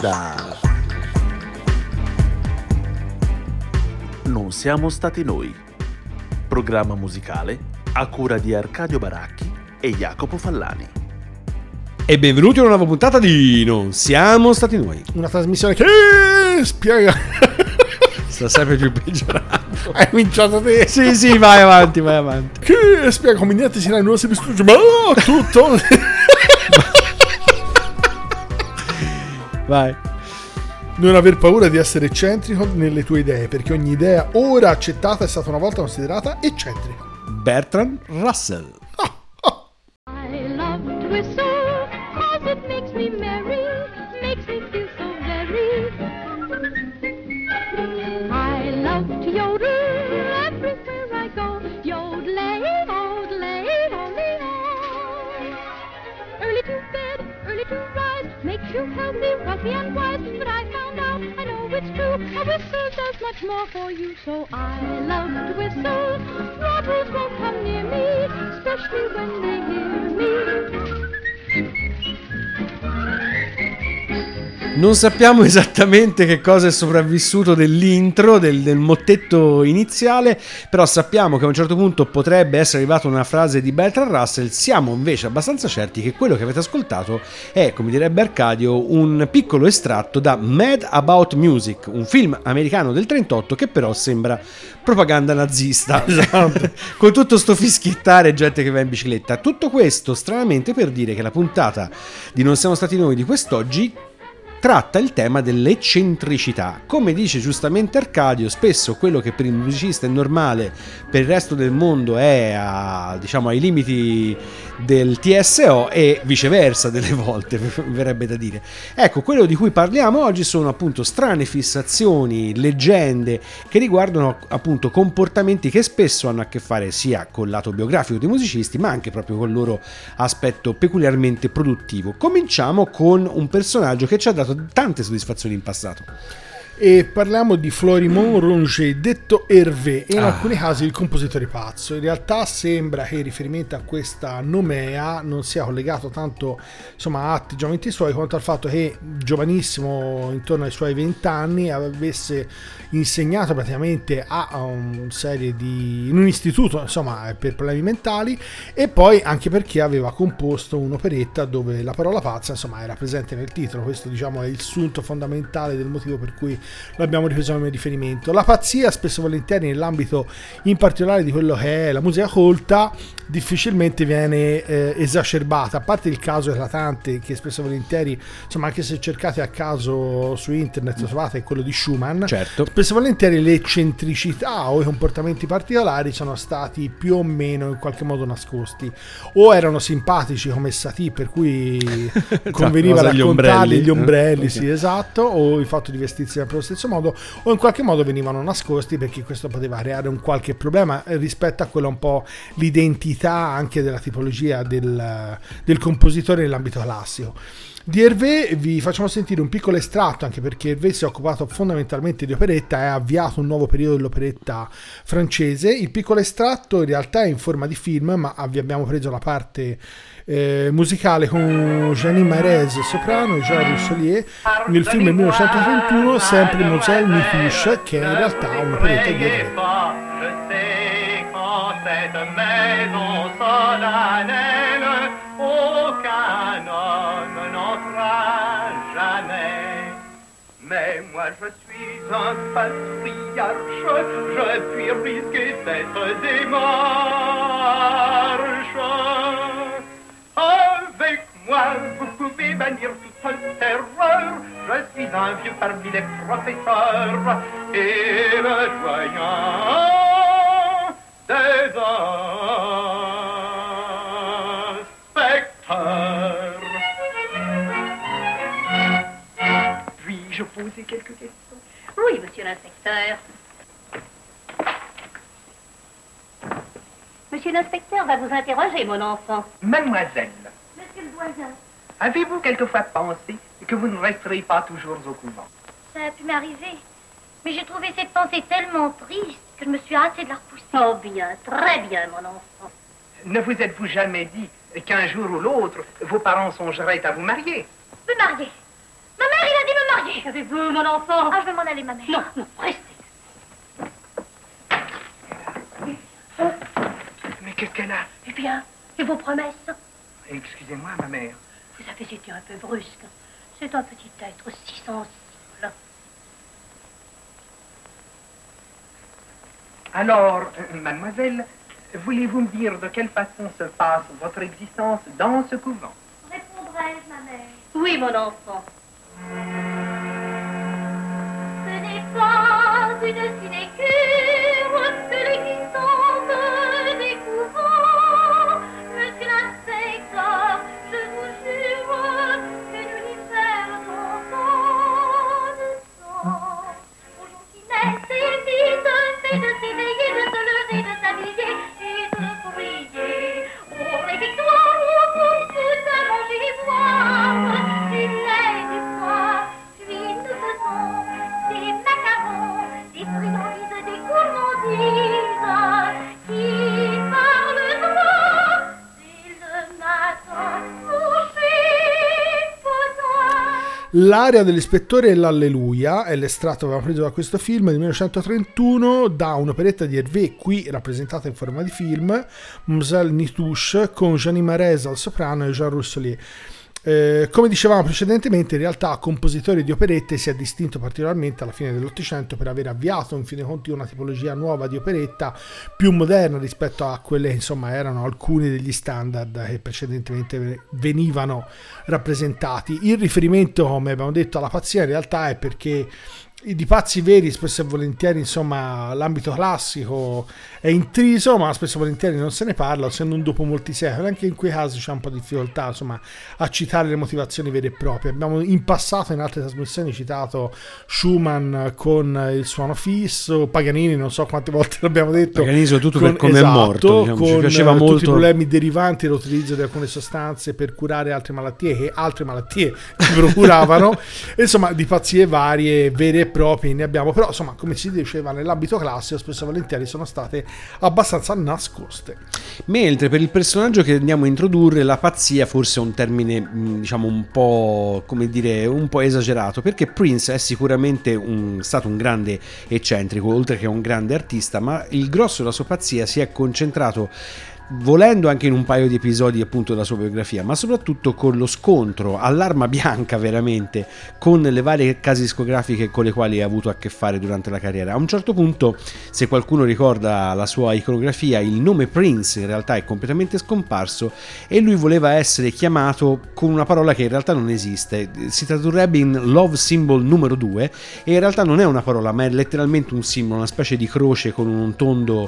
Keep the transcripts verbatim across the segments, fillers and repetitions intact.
onda. Non siamo stati noi. Programma musicale a cura di Arcadio Baracchi e Jacopo Fallani. E benvenuti a una nuova puntata di Non siamo stati noi. Una trasmissione che spiega. Sta sempre più peggiorando. Hai cominciato te? Sì, sì, vai avanti, vai avanti. Che spiega come niente si non si distrugge, ma tutto. Vai. Non aver paura di essere eccentrico nelle tue idee, perché ogni idea ora accettata è stata una volta considerata eccentrica. Bertrand Russell. I love to whistle, cause it makes me merry, makes me feel so very. I love to yodel everywhere I go, yodelay, yodelay, yodelay. Early to bed, early to rise, makes you healthy, wealthy and wise. But I found out, I know it's true, a whistle does much more for you. So I love to whistle, robbers won't come near me, especially when they hear me. Non sappiamo esattamente che cosa è sopravvissuto dell'intro, del, del mottetto iniziale, però sappiamo che a un certo punto potrebbe essere arrivata una frase di Bertrand Russell. Siamo invece abbastanza certi che quello che avete ascoltato è, come direbbe Arcadio, un piccolo estratto da Mad About Music, un film americano del trentotto che però sembra propaganda nazista. Esatto. Con tutto sto fischiettare e gente che va in bicicletta. Tutto questo stranamente per dire che la puntata di Non siamo stati noi di quest'oggi tratta il tema dell'eccentricità. Come dice giustamente Arcadio, spesso quello che per il musicista è normale per il resto del mondo è a, diciamo, ai limiti del T S O e viceversa delle volte, verrebbe da dire. Ecco, quello di cui parliamo oggi sono appunto strane fissazioni, leggende che riguardano appunto comportamenti che spesso hanno a che fare sia col lato biografico dei musicisti, ma anche proprio col loro aspetto peculiarmente produttivo. Cominciamo con un personaggio che ci ha dato tante soddisfazioni in passato. E parliamo di Florimond Ronget, detto Hervé, e in Ah. alcuni casi il compositore pazzo. In realtà sembra che il riferimento a questa nomea non sia collegato tanto, insomma, a atteggiamenti suoi, quanto al fatto che giovanissimo, intorno ai suoi vent'anni, avesse insegnato praticamente a una serie di in un istituto, insomma, per problemi mentali, e poi anche perché aveva composto un'operetta dove la parola pazza, insomma, era presente nel titolo. Questo, diciamo, è il sunto fondamentale del motivo per cui l'abbiamo ripreso come riferimento. La pazzia, spesso e volentieri, nell'ambito in particolare di quello che è la musica colta, difficilmente viene eh, esacerbata, a parte il caso eclatante che spesso e volentieri, insomma, anche se cercate a caso su internet lo trovate, è quello di Schumann. Certo. Spesso e volentieri le eccentricità o i comportamenti particolari sono stati più o meno in qualche modo nascosti, o erano simpatici come Satie, per cui conveniva Cosa, gli raccontarli ombrelli. gli ombrelli, Eh? sì, esatto, o il fatto di vestirsi sempre allo stesso modo, o in qualche modo venivano nascosti perché questo poteva creare un qualche problema rispetto a quella un po' l'identità anche della tipologia del, del compositore nell'ambito classico. Di Hervé vi facciamo sentire un piccolo estratto, anche perché Hervé si è occupato fondamentalmente di operetta e ha avviato un nuovo periodo dell'operetta francese. Il piccolo estratto in realtà è in forma di film, ma vi abbiamo preso la parte eh, musicale con Jeanine Mairez soprano e Jean Rousselier nel film del millenovecentotrentuno, sempre Moselle Mi Fiche, che è in realtà un'operetta di Hervé. Cette maison solennelle, aucun homme n'entra jamais. Mais moi je suis un patriarche, je puis risquer cette démarche. Avec moi vous pouvez bannir toute terreur, je suis un vieux parmi les professeurs et le doyen des inspecteurs. Puis-je poser quelques questions? Oui, monsieur l'inspecteur. Monsieur l'inspecteur va vous interroger, mon enfant. Mademoiselle, Monsieur le doyen, avez-vous quelquefois pensé que vous ne resterez pas toujours au couvent? ça a pu m'arriver. Mais j'ai trouvé cette pensée tellement triste que je me suis hâtée de la repousser. Oh bien, très bien, mon enfant. Ne vous êtes-vous jamais dit qu'un jour ou l'autre, vos parents songeraient à vous marier? Me marier. Ma mère, il a dit me Qu'avez-vous, mon enfant? Ah, je vais m'en aller, ma mère. Non, non, restez. Mais qu'est-ce qu'elle a? Eh bien, et vos promesses? Excusez-moi, ma mère. Vous avez été un peu brusque. C'est un petit être si sensible. Alors, euh, mademoiselle, voulez-vous me dire de quelle façon se passe votre existence dans ce couvent? Répondrai-je, ma mère? Oui, mon enfant. Ce n'est pas une sinécure que l'existence des couvents. Monsieur l'inspecteur, je vous jure que nous n'y perdons pas de temps. Aux jours qui naissent et vite, c'est de s'éveiller, de se lever, de s'habiller et de prier. Pour les victoires, pour tout à manger et boire, du lait, du foie, puis nous faisons des macarons, des friandises, des gourmandises qui parlent droit dès le matin couché potin. L'aria dell'ispettore e l'alleluia è l'estratto che avevamo preso da questo film del millenovecentotrentuno, da un'operetta di Hervé, qui rappresentata in forma di film, Mlle Nitouche, con Jeannie Marès al soprano e Jean Rousselier. Eh, come dicevamo precedentemente, in realtà compositore di operette si è distinto particolarmente alla fine dell'Ottocento per aver avviato in fin dei conti una tipologia nuova di operetta più moderna rispetto a quelle che insomma erano alcuni degli standard che precedentemente venivano rappresentati. Il riferimento, come abbiamo detto, alla pazzia in realtà è perché di pazzi veri spesso e volentieri insomma l'ambito classico è intriso, ma spesso e volentieri non se ne parla, se non dopo molti secoli. Anche in quei casi c'è un po' di difficoltà insomma a citare le motivazioni vere e proprie. Abbiamo in passato in altre trasmissioni citato Schumann con il suono fisso, Paganini non so quante volte l'abbiamo detto, Paganini soprattutto con, per come esatto, è morto, diciamo, con ci piaceva tutti molto i problemi derivanti dall'utilizzo di alcune sostanze per curare altre malattie che altre malattie ci procuravano. Insomma, di pazzie varie vere e proprie ne abbiamo, però insomma, come si diceva nell'ambito classico, spesso e volentieri sono state abbastanza nascoste. Mentre per il personaggio che andiamo a introdurre, la pazzia forse è un termine diciamo un po', come dire, un po' esagerato, perché Prince è sicuramente un, stato un grande eccentrico, oltre che un grande artista, ma il grosso della sua pazzia si è concentrato, volendo, anche in un paio di episodi appunto della sua biografia, ma soprattutto con lo scontro all'arma bianca veramente con le varie case discografiche con le quali ha avuto a che fare durante la carriera. A un certo punto, se qualcuno ricorda la sua iconografia, il nome Prince in realtà è completamente scomparso e lui voleva essere chiamato con una parola che in realtà non esiste, si tradurrebbe in love symbol numero due, e in realtà non è una parola ma è letteralmente un simbolo, una specie di croce con un tondo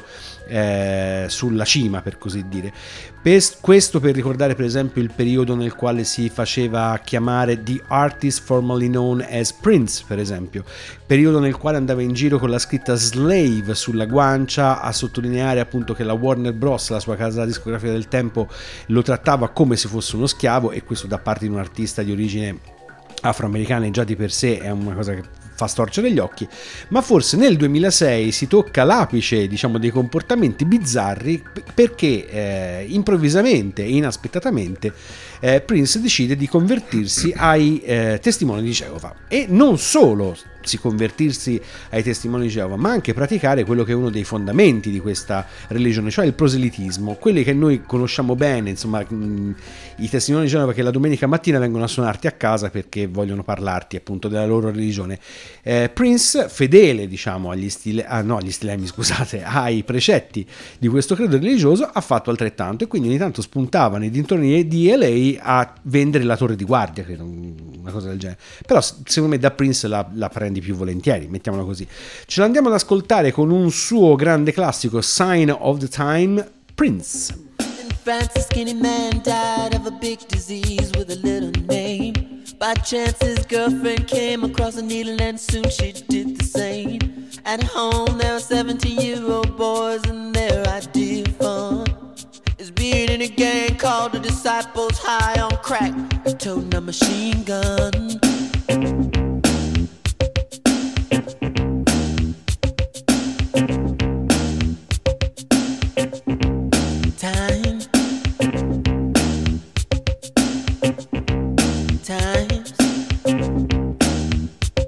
eh, sulla cima, per così dire. Per questo per ricordare per esempio il periodo nel quale si faceva chiamare the artist formerly known as Prince, per esempio, periodo nel quale andava in giro con la scritta Slave sulla guancia a sottolineare appunto che la Warner Bros, la sua casa discografica del tempo, lo trattava come se fosse uno schiavo, e questo da parte di un artista di origine afroamericana già di per sé è una cosa che fa storcere gli occhi. Ma forse nel duemilasei si tocca l'apice, diciamo, dei comportamenti bizzarri, perché eh, improvvisamente e inaspettatamente eh, Prince decide di convertirsi ai eh, testimoni di Geova, e non solo si convertirsi ai testimoni di Geova, ma anche praticare quello che è uno dei fondamenti di questa religione, cioè il proselitismo, quelli che noi conosciamo bene, insomma, mh, i testimoni di Geova che la domenica mattina vengono a suonarti a casa perché vogliono parlarti appunto della loro religione. eh, Prince, fedele diciamo agli stile, ah, no, agli stilemi scusate, ai precetti di questo credo religioso, ha fatto altrettanto, e quindi ogni tanto spuntava nei dintorni di L A a vendere la torre di guardia, credo, una cosa del genere. Però secondo me da Prince la, la prende più volentieri, mettiamola così. Ce l'andiamo ad ascoltare con un suo grande classico, Sign of the Time, Prince. In France, a skinny man died of a big disease with a little name. By chance, his girlfriend came across a needle and soon she did the same. At home, there were seventeen-year-old boys and their idea of fun is being in a gang called the Disciples, high on crack, toting a machine gun. Time, times,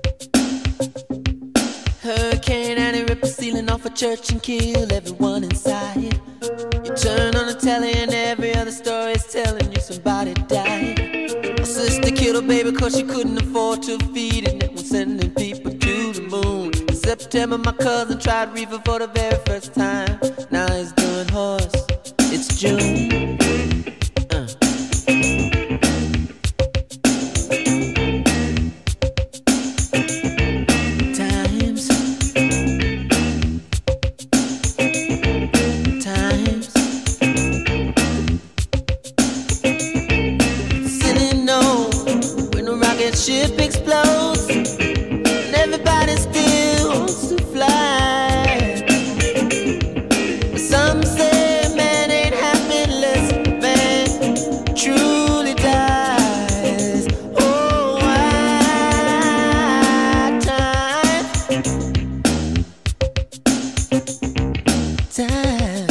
church and kill everyone inside. You turn on the telly and every other story is telling you somebody died. My sister killed her baby cause she couldn't afford to feed it, and was sending people to the moon. In September my cousin tried reefer for the very first time. Now he's doing horse. It's June. uh. Ship explodes and everybody still wants to fly. But some say man ain't happy unless man truly dies. Oh, why time, time.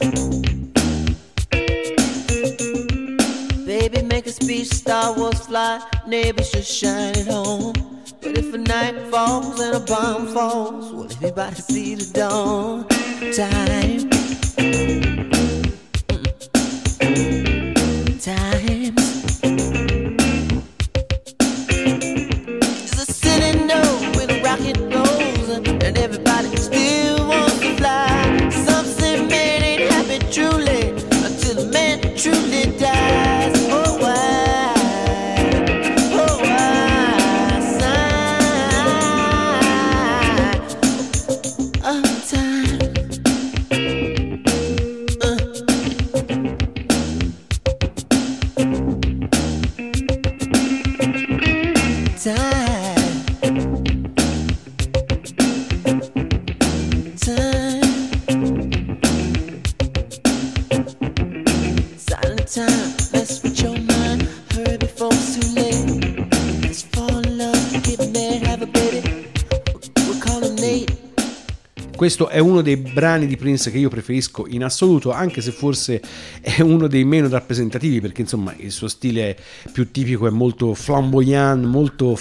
Baby, make a speech, Star Wars fly. Neighbors should shine it home. But if a night falls and a bomb falls, will everybody see the dawn? Time. Mm. Time. It's a silly note when a rocket blows and everybody still wants to fly. Some say man ain't happy truly until a man truly dies. Oh, why? Questo è uno dei brani di Prince che io preferisco in assoluto, anche se forse è uno dei meno rappresentativi, perché insomma il suo stile più tipico è molto flamboyant, molto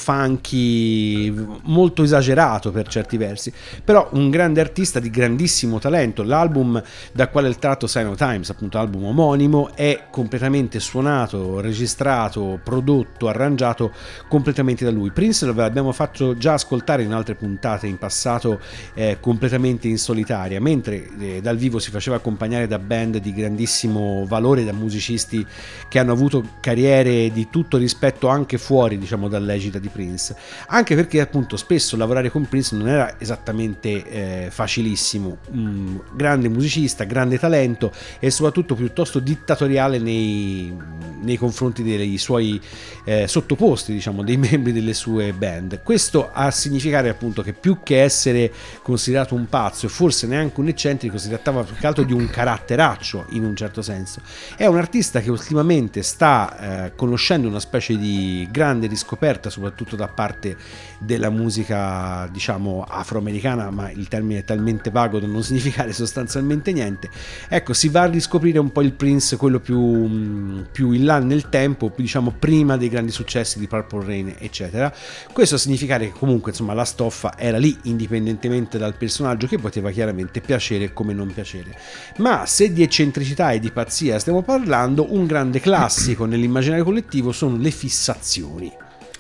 funky, molto esagerato per certi versi, però un grande artista di grandissimo talento. L'album da quale è tratto Sign of Times, appunto album omonimo, è completamente suonato, registrato, prodotto, arrangiato completamente da lui. Prince lo abbiamo fatto già ascoltare in altre puntate in passato, eh, completamente in solitaria, mentre eh, dal vivo si faceva accompagnare da band di grandissimo valore, da musicisti che hanno avuto carriere di tutto rispetto anche fuori, diciamo, dall'egida di Prince, anche perché appunto spesso lavorare con Prince non era esattamente eh, facilissimo. Mm, grande musicista, grande talento e soprattutto piuttosto dittatoriale nei, nei confronti dei suoi eh, sottoposti, diciamo, dei membri delle sue band. Questo a significare appunto che più che essere considerato un pazzo e forse neanche un eccentrico, si trattava più che altro di un caratteraccio in un certo senso. È un artista che ultimamente sta eh, conoscendo una specie di grande riscoperta, soprattutto da parte della musica, diciamo, afroamericana, ma il termine è talmente vago da non significare sostanzialmente niente. Ecco, si va a riscoprire un po' il Prince, quello più, più in là nel tempo, diciamo prima dei grandi successi di Purple Rain eccetera. Questo a significare che comunque insomma la stoffa era lì, indipendentemente dal personaggio, che poteva chiaramente piacere come non piacere. Ma se di eccentricità e di pazzia stiamo parlando, un grande classico nell'immaginario collettivo sono le fissazioni.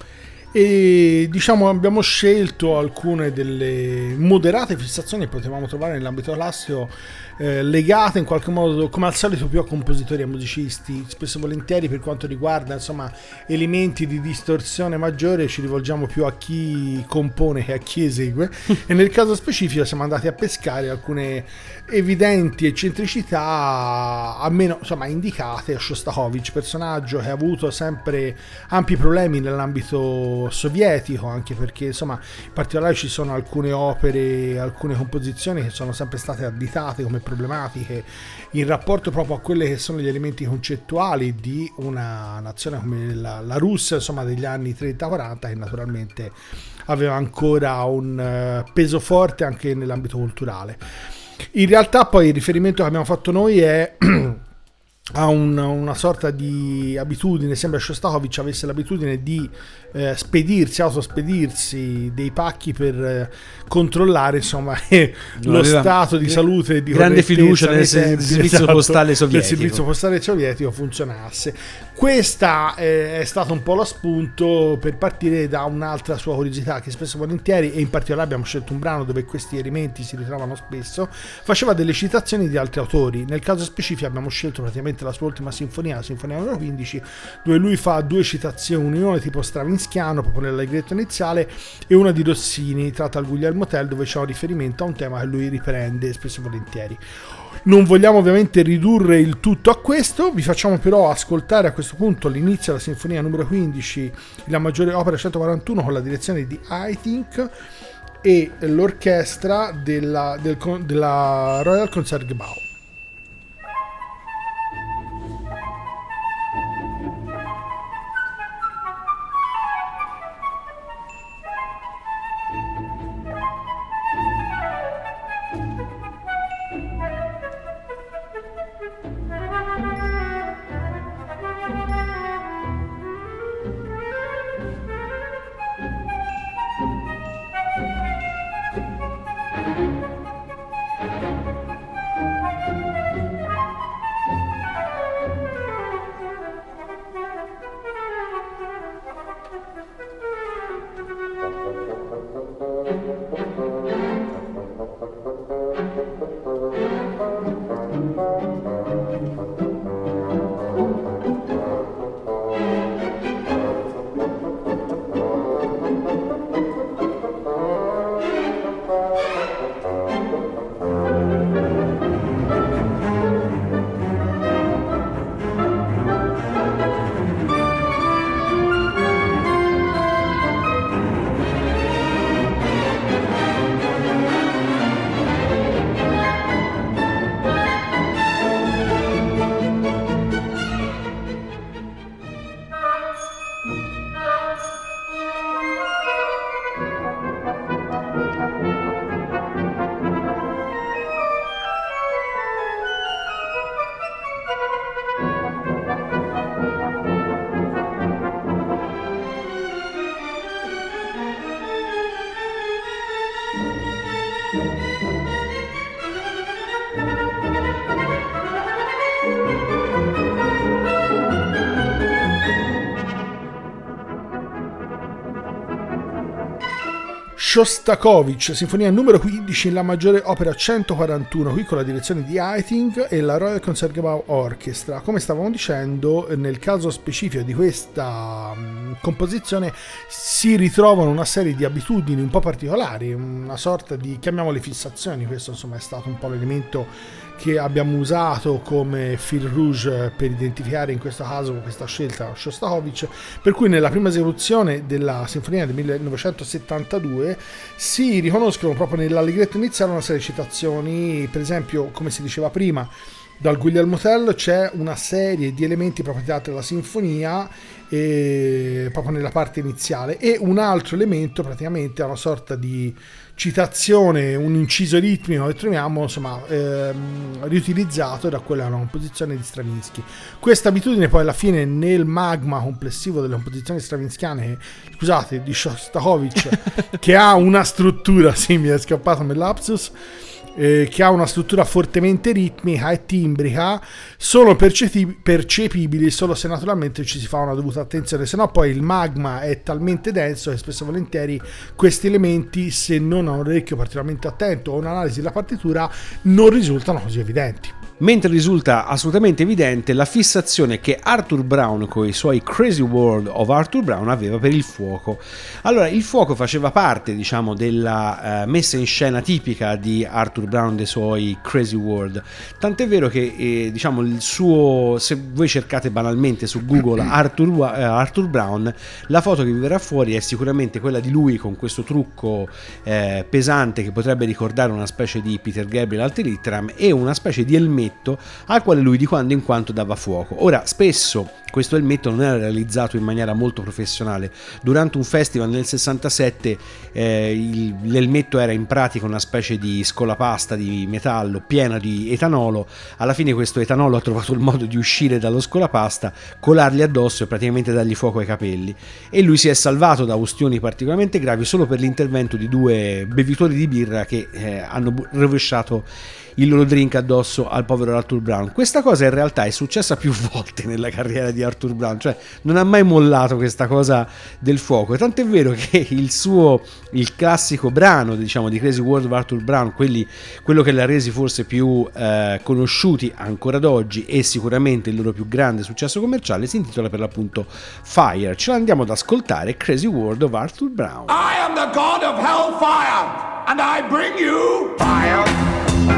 E diciamo abbiamo scelto alcune delle moderate fissazioni che potevamo trovare nell'ambito classico, eh, legate in qualche modo come al solito più a compositori e a musicisti. Spesso e volentieri per quanto riguarda insomma elementi di distorsione maggiore ci rivolgiamo più a chi compone che a chi esegue e nel caso specifico siamo andati a pescare alcune evidenti eccentricità almeno insomma indicate a Shostakovich, personaggio che ha avuto sempre ampi problemi nell'ambito sovietico, anche perché insomma in particolare ci sono alcune opere, alcune composizioni che sono sempre state additate come problematiche in rapporto proprio a quelli che sono gli elementi concettuali di una nazione come la, la Russia, insomma degli anni trenta quaranta, che naturalmente aveva ancora un uh, peso forte anche nell'ambito culturale. In realtà poi il riferimento che abbiamo fatto noi è ha un, una sorta di abitudine, sembra Shostakovich avesse l'abitudine di eh, spedirsi, autospedirsi dei pacchi per eh, controllare insomma eh, lo stato di salute e di grande fiducia nel tempi, servizio esatto, postale sovietico. del servizio postale sovietico funzionasse. Questa eh, è stato un po' lo spunto per partire da un'altra sua curiosità, che spesso e volentieri, e in particolare abbiamo scelto un brano dove questi elementi si ritrovano spesso, faceva delle citazioni di altri autori. Nel caso specifico abbiamo scelto praticamente la sua ultima sinfonia, la sinfonia numero quindici, dove lui fa due citazioni, una tipo stravinschiano proprio nell'allegretto iniziale e una di Rossini tratta al Guglielmo Tell, dove c'è un riferimento a un tema che lui riprende spesso e volentieri. Non vogliamo ovviamente ridurre il tutto a questo, vi facciamo però ascoltare a questo punto l'inizio della sinfonia numero quindici, la maggiore opera centoquarantuno, con la direzione di Haitink e l'orchestra della, del, della Royal Concertgebouw. Shostakovich, sinfonia numero quindici, la maggiore opera centoquarantuno, qui con la direzione di Haitink e la Royal Concertgebouw Orchestra. Come stavamo dicendo, nel caso specifico di questa um, composizione si ritrovano una serie di abitudini un po' particolari, una sorta di, chiamiamole fissazioni. Questo insomma è stato un po' l'elemento che abbiamo usato come fil rouge per identificare in questo caso questa scelta Shostakovich, per cui nella prima esecuzione della sinfonia del millenovecentosettantadue si riconoscono proprio nell'allegretto iniziale una serie di citazioni, per esempio, come si diceva prima, dal Guglielmo Tell c'è una serie di elementi proprio dati alla sinfonia e, proprio nella parte iniziale, e un altro elemento praticamente è una sorta di citazione, un inciso ritmico che troviamo insomma ehm, riutilizzato da quella una composizione di Stravinsky. Questa abitudine poi alla fine nel magma complessivo delle composizioni stravinskiane, scusate, di Shostakovich, che ha una struttura, sì, mi è scappato nel lapsus, Eh, che ha una struttura fortemente ritmica e timbrica, sono percepi- percepibili solo se naturalmente ci si fa una dovuta attenzione, se no poi il magma è talmente denso che spesso e volentieri questi elementi, se non a un orecchio particolarmente attento o un'analisi della partitura, non risultano così evidenti. Mentre risulta assolutamente evidente la fissazione che Arthur Brown con i suoi Crazy World of Arthur Brown aveva per il fuoco. Allora, il fuoco faceva parte, diciamo, della uh, messa in scena tipica di Arthur Brown dei suoi Crazy World, tant'è vero che eh, diciamo il suo, se voi cercate banalmente su Google Arthur, uh, Arthur Brown, la foto che vi verrà fuori è sicuramente quella di lui con questo trucco eh, pesante che potrebbe ricordare una specie di Peter Gabriel Alter Litteram e una specie di elmetto elmetto al quale lui di quando in quanto dava fuoco. Ora, spesso questo elmetto non era realizzato in maniera molto professionale. Durante un festival nel sessantasette eh, il, l'elmetto era in pratica una specie di scolapasta di metallo piena di etanolo. Alla fine questo etanolo ha trovato il modo di uscire dallo scolapasta, colargli addosso e praticamente dargli fuoco ai capelli, e lui si è salvato da ustioni particolarmente gravi solo per l'intervento di due bevitori di birra che eh, hanno rovesciato il loro drink addosso al povero Arthur Brown. Questa cosa in realtà è successa più volte nella carriera di Arthur Brown, cioè non ha mai mollato questa cosa del fuoco, e tant'è vero che il suo, il classico brano, diciamo, di Crazy World of Arthur Brown, quelli, quello che l'ha resi forse più eh, conosciuti ancora ad oggi e sicuramente il loro più grande successo commerciale, si intitola per l'appunto Fire. Ce l'andiamo ad ascoltare, Crazy World of Arthur Brown. I am the god of hellfire, and I bring you fire.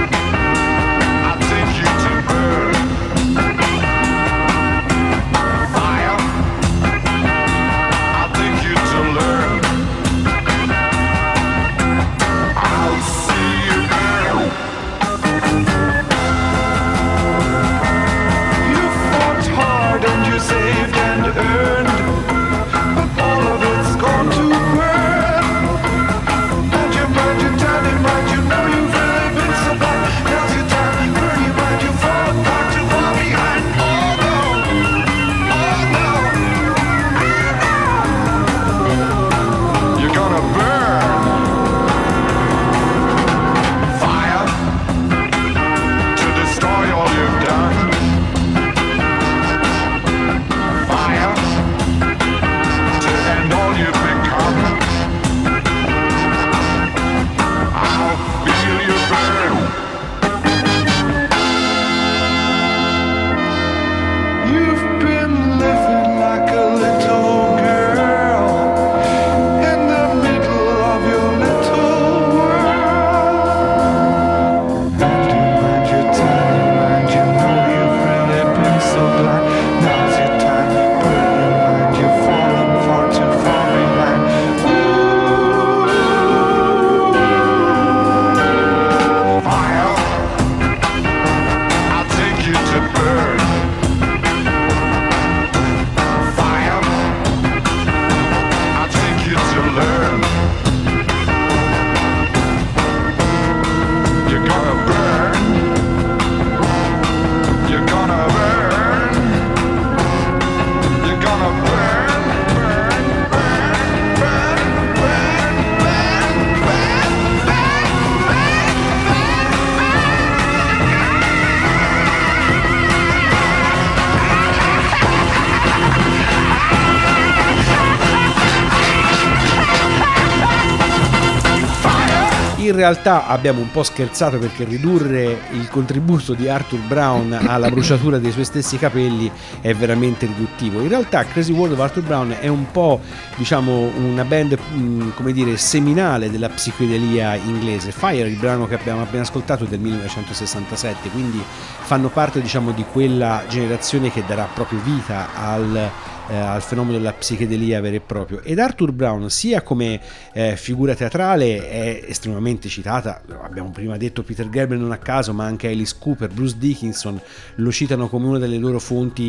In realtà abbiamo un po' scherzato, perché ridurre il contributo di Arthur Brown alla bruciatura dei suoi stessi capelli è veramente riduttivo. In realtà Crazy World of Arthur Brown è un po', diciamo, una band mh, come dire seminale della psichedelia inglese. Fire, il brano che abbiamo appena ascoltato, è del millenovecentosessantasette, quindi fanno parte, diciamo, di quella generazione che darà proprio vita al Eh, al fenomeno della psichedelia vero e proprio. Ed Arthur Brown, sia come eh, figura teatrale, è estremamente citata. Abbiamo prima detto Peter Gabriel non a caso, ma anche Alice Cooper, Bruce Dickinson lo citano come una delle loro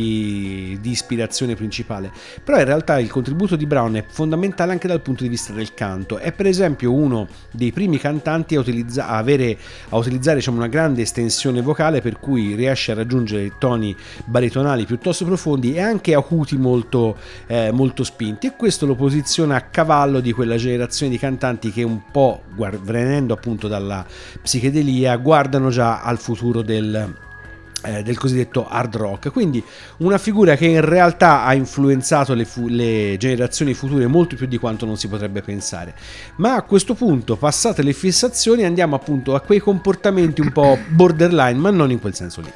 fonti di ispirazione principale. Però in realtà il contributo di Brown è fondamentale anche dal punto di vista del canto. È per esempio uno dei primi cantanti a, utilizza- a, avere, a utilizzare, diciamo, una grande estensione vocale, per cui riesce a raggiungere toni baritonali piuttosto profondi e anche acuti molto Molto, eh, molto spinti, e questo lo posiziona a cavallo di quella generazione di cantanti che, un po' guard- venendo appunto dalla psichedelia, guardano già al futuro del eh, del cosiddetto hard rock. Quindi una figura che in realtà ha influenzato le, fu- le generazioni future molto più di quanto non si potrebbe pensare. Ma a questo punto, passate le fissazioni, andiamo appunto a quei comportamenti un po' borderline, ma non in quel senso lì.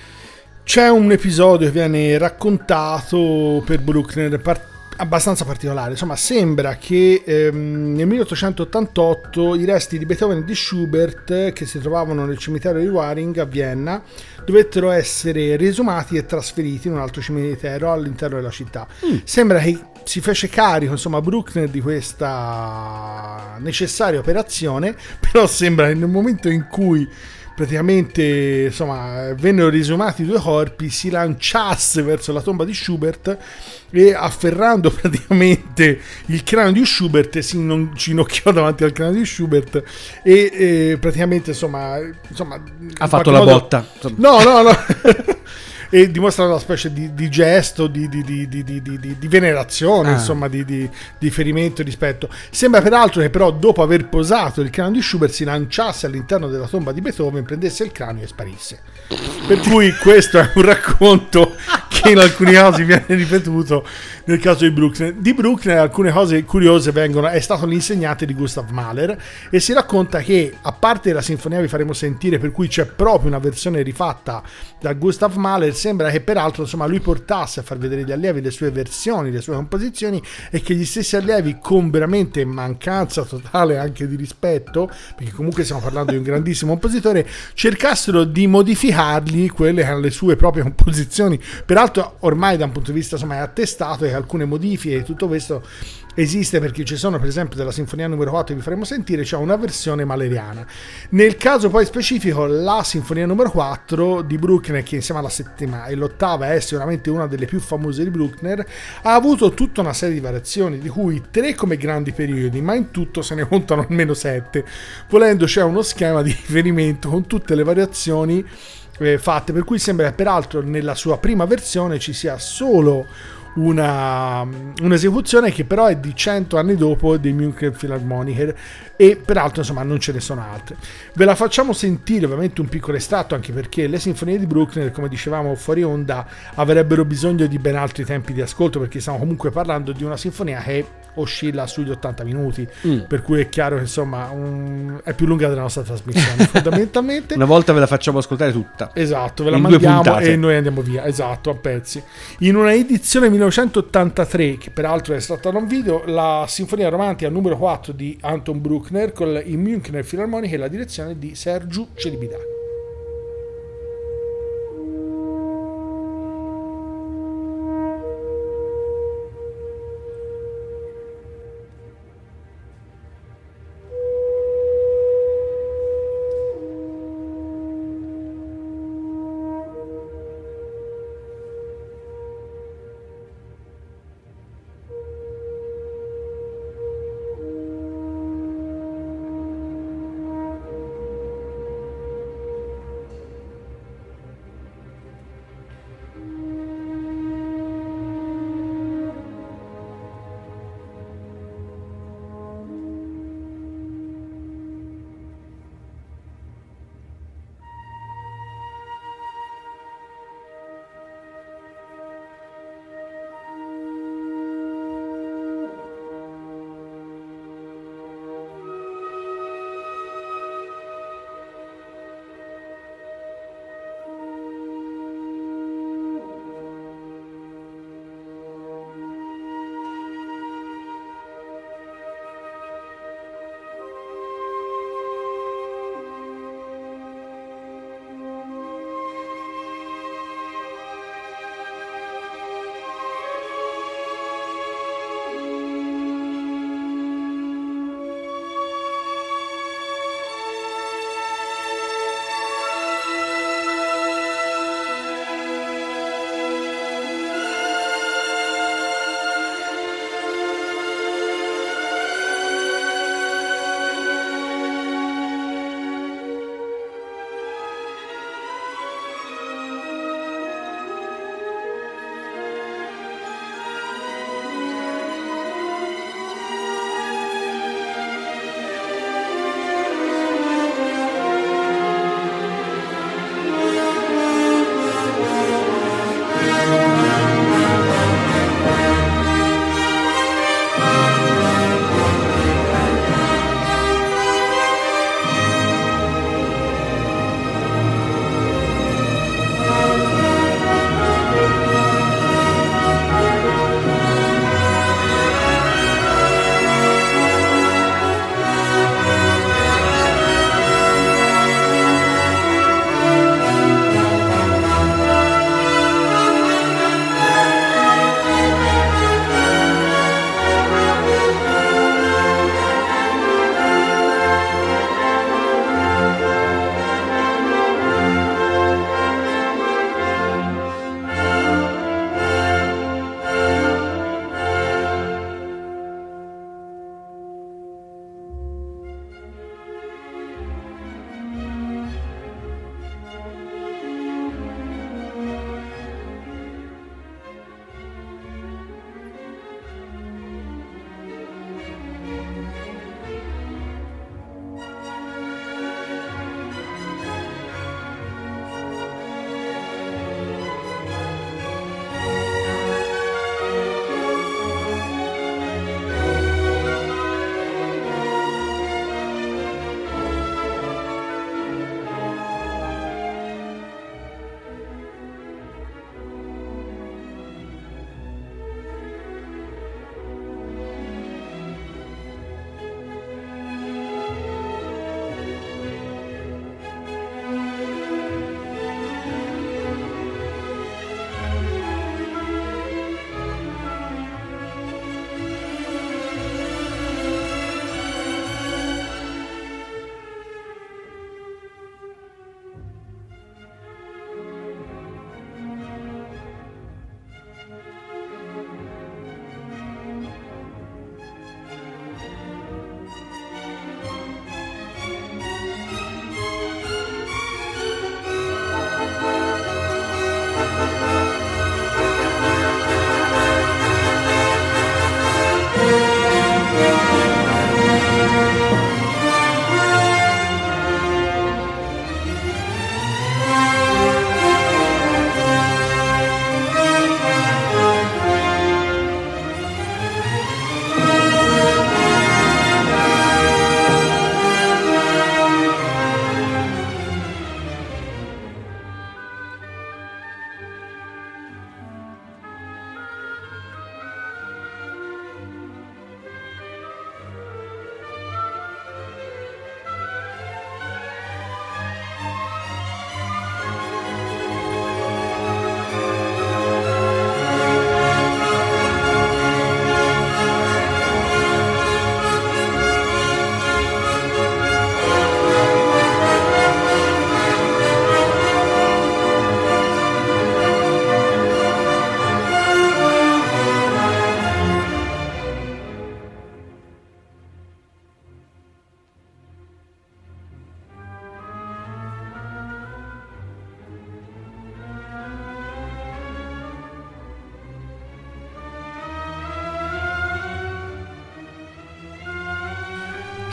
C'è un episodio che viene raccontato per Bruckner part- abbastanza particolare. Insomma, sembra che ehm, nel milleottocentottantotto i resti di Beethoven e di Schubert, che si trovavano nel cimitero di Waring a Vienna, dovettero essere riesumati e trasferiti in un altro cimitero all'interno della città. Mm. Sembra che si fece carico, insomma, Bruckner di questa necessaria operazione, però sembra che nel momento in cui praticamente insomma vennero riesumati i due corpi, si lanciasse verso la tomba di Schubert e afferrando praticamente il cranio di Schubert si inginocchiò davanti al cranio di Schubert e, e praticamente insomma, insomma ha fatto la modo, botta. No, no, no. E dimostrano una specie di, di gesto di, di, di, di, di, di, di venerazione, ah. insomma di, di, di ferimento e rispetto. Sembra peraltro che però dopo aver posato il cranio di Schubert si lanciasse all'interno della tomba di Beethoven, prendesse il cranio e sparisse. Per cui questo è un racconto che in alcuni casi viene ripetuto nel caso di Bruckner. Di Bruckner alcune cose curiose vengono, è stato l'insegnante di Gustav Mahler e si racconta che a parte la sinfonia vi faremo sentire, per cui c'è proprio una versione rifatta da Gustav Mahler, sembra che peraltro insomma lui portasse a far vedere agli allievi le sue versioni, le sue composizioni e che gli stessi allievi, con veramente mancanza totale anche di rispetto, perché comunque stiamo parlando di un grandissimo compositore, cercassero di modificargli quelle che erano le sue proprie composizioni. Peraltro ormai da un punto di vista insomma è attestato che alcune modifiche e tutto questo esiste, perché ci sono per esempio della sinfonia numero quattro che vi faremo sentire c'è una versione maleriana. Nel caso poi specifico la sinfonia numero quattro di Bruckner, che insieme alla settima e l'ottava è sicuramente una delle più famose di Bruckner, ha avuto tutta una serie di variazioni, di cui tre come grandi periodi, ma in tutto se ne contano almeno sette. Volendo c'è uno schema di riferimento con tutte le variazioni eh, fatte, per cui sembra che peraltro nella sua prima versione ci sia solo una un'esecuzione che però è di cento anni dopo dei München Philharmoniker e peraltro insomma non ce ne sono altre. Ve la facciamo sentire ovviamente un piccolo estratto, anche perché le sinfonie di Bruckner, come dicevamo fuori onda, avrebbero bisogno di ben altri tempi di ascolto, perché stiamo comunque parlando di una sinfonia che oscilla sugli ottanta minuti, mm. per cui è chiaro che insomma un... è più lunga della nostra trasmissione fondamentalmente. Una volta ve la facciamo ascoltare tutta, esatto, ve la in mandiamo e noi andiamo via, esatto, a pezzi, in una edizione millenovecentottantatré che peraltro è stata da un video, la sinfonia romantica numero quattro di Anton Bruckner con il Münchner Philharmonic e la direzione di Sergiu Celibidache.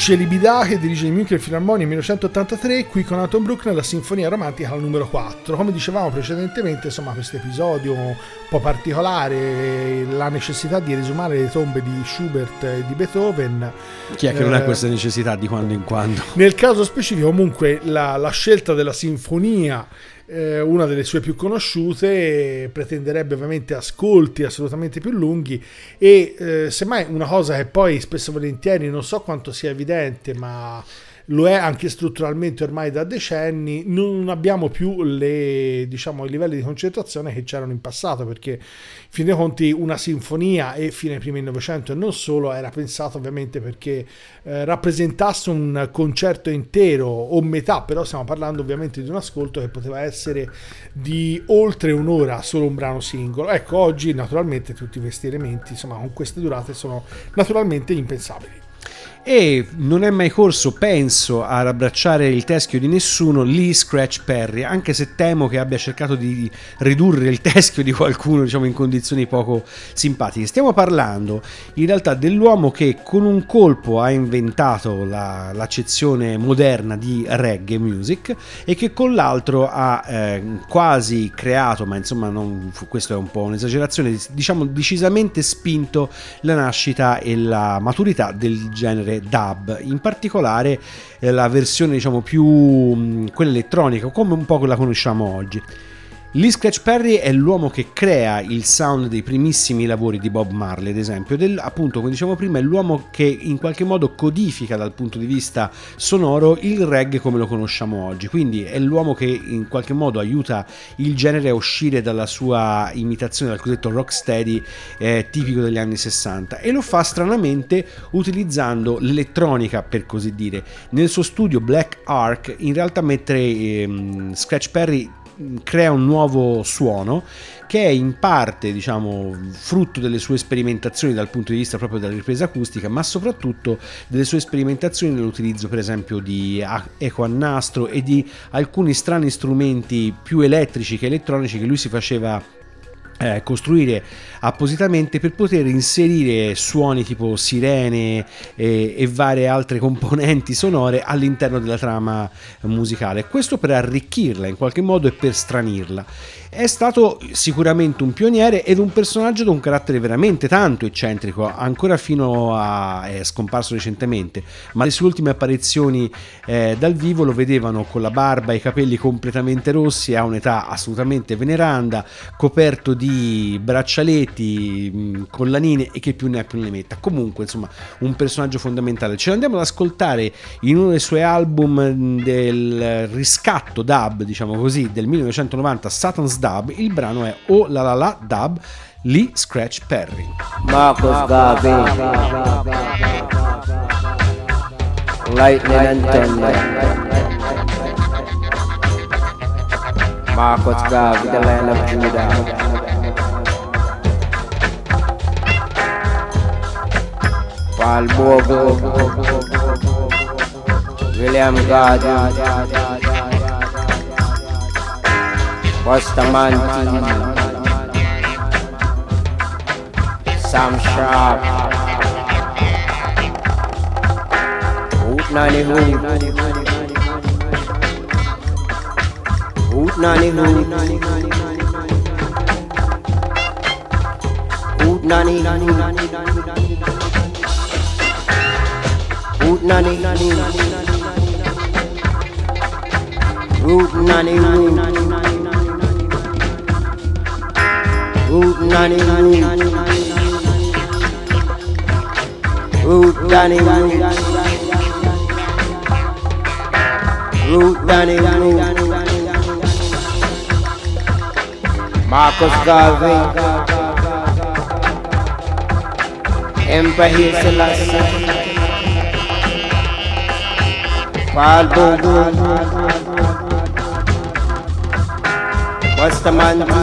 Celibidache, che dirige il München Philharmonia nel millenovecentottantatré, qui con Anton Bruckner la Sinfonia Romantica al numero quattro. Come dicevamo precedentemente, insomma, questo episodio un po' particolare, la necessità di riesumare le tombe di Schubert e di Beethoven. Chi è che eh, non ha questa necessità di quando in quando? Nel caso specifico, comunque, la, la scelta della sinfonia, eh, una delle sue più conosciute, pretenderebbe ovviamente ascolti assolutamente più lunghi e eh, semmai una cosa che poi spesso e volentieri non so quanto sia evidente, ma lo è anche strutturalmente ormai da decenni, non abbiamo più le, diciamo, i livelli di concentrazione che c'erano in passato, perché in fin dei conti una sinfonia, e fine primi Novecento e non solo, era pensata ovviamente perché eh, rappresentasse un concerto intero o metà, però stiamo parlando ovviamente di un ascolto che poteva essere di oltre un'ora solo un brano singolo. Ecco, oggi naturalmente tutti questi elementi, insomma, con queste durate sono naturalmente impensabili. E non è mai corso, penso, a rabbracciare il teschio di nessuno Lee Scratch Perry, anche se temo che abbia cercato di ridurre il teschio di qualcuno, diciamo, in condizioni poco simpatiche. Stiamo parlando in realtà dell'uomo che con un colpo ha inventato la, l'accezione moderna di reggae music e che con l'altro ha eh, quasi creato, ma insomma non, questo è un po' un'esagerazione, diciamo decisamente spinto la nascita e la maturità del genere dub, in particolare eh, la versione, diciamo, più mh, quella elettronica, come un po' la conosciamo oggi. Lee Scratch Perry è l'uomo che crea il sound dei primissimi lavori di Bob Marley, ad esempio, del, appunto, come dicevamo prima, è l'uomo che in qualche modo codifica dal punto di vista sonoro il reggae come lo conosciamo oggi, quindi è l'uomo che in qualche modo aiuta il genere a uscire dalla sua imitazione del cosiddetto rocksteady eh, tipico degli anni sessanta, e lo fa stranamente utilizzando l'elettronica, per così dire. Nel suo studio Black Ark, in realtà, mentre ehm, Scratch Perry crea un nuovo suono che è in parte, diciamo, frutto delle sue sperimentazioni dal punto di vista proprio della ripresa acustica, ma soprattutto delle sue sperimentazioni nell'utilizzo, per esempio, di eco a nastro e di alcuni strani strumenti più elettrici che elettronici che lui si faceva Eh, costruire appositamente per poter inserire suoni tipo sirene e, e varie altre componenti sonore all'interno della trama musicale, questo per arricchirla in qualche modo e per stranirla. È stato sicuramente un pioniere ed un personaggio da un carattere veramente tanto eccentrico, ancora fino a è scomparso recentemente, ma le sue ultime apparizioni eh, dal vivo lo vedevano con la barba e i capelli completamente rossi, a un'età assolutamente veneranda, coperto di braccialetti, mh, collanine e che più ne ha più ne metta. Comunque, insomma, un personaggio fondamentale. Ce l'andiamo ad ascoltare in uno dei suoi album del riscatto dub, diciamo così, del millenovecentonovanta, Satan's Dub. Il brano è Oh La La La Dub, Lee Scratch Perry. Marcus Garvey, Lightning and Thunder. Marcus Garvey, the land of Judah. Paul Bogo, William Gardner, Bustamante, Sam Sharp, Hoot Nanny Hoot, Hoot Nanny Hoot, Hoot Nanny Hoot, Hoot Nanny Hoot, Hoot Nanny Hoot, Hoot Nanny Hoot, Hoot Nanny Hoot, Hoot Nanny Hoot, Marcus Garvey, Emperor Haile Selassie, Paul Bogo, Bustamante,